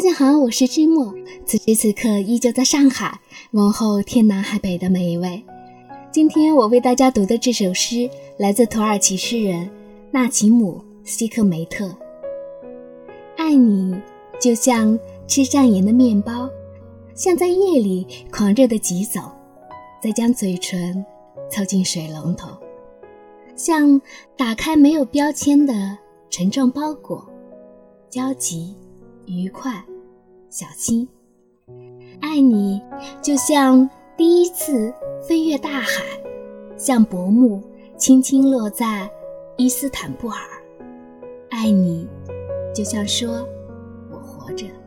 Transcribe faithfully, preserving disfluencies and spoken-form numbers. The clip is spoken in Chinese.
家好，我是知墨，此时此刻依旧在上海，问候天南海北的每一位。今天我为大家读的这首诗来自土耳其诗人纳吉姆·希克梅特。爱你就像吃蘸盐的面包，像在夜里狂热地疾走，再将嘴唇凑进水龙头，像打开没有标签的沉重包裹，焦急、愉快、小心。爱你就像第一次飞越大海，像薄幕轻轻落在伊斯坦布尔。爱你就像说我活着。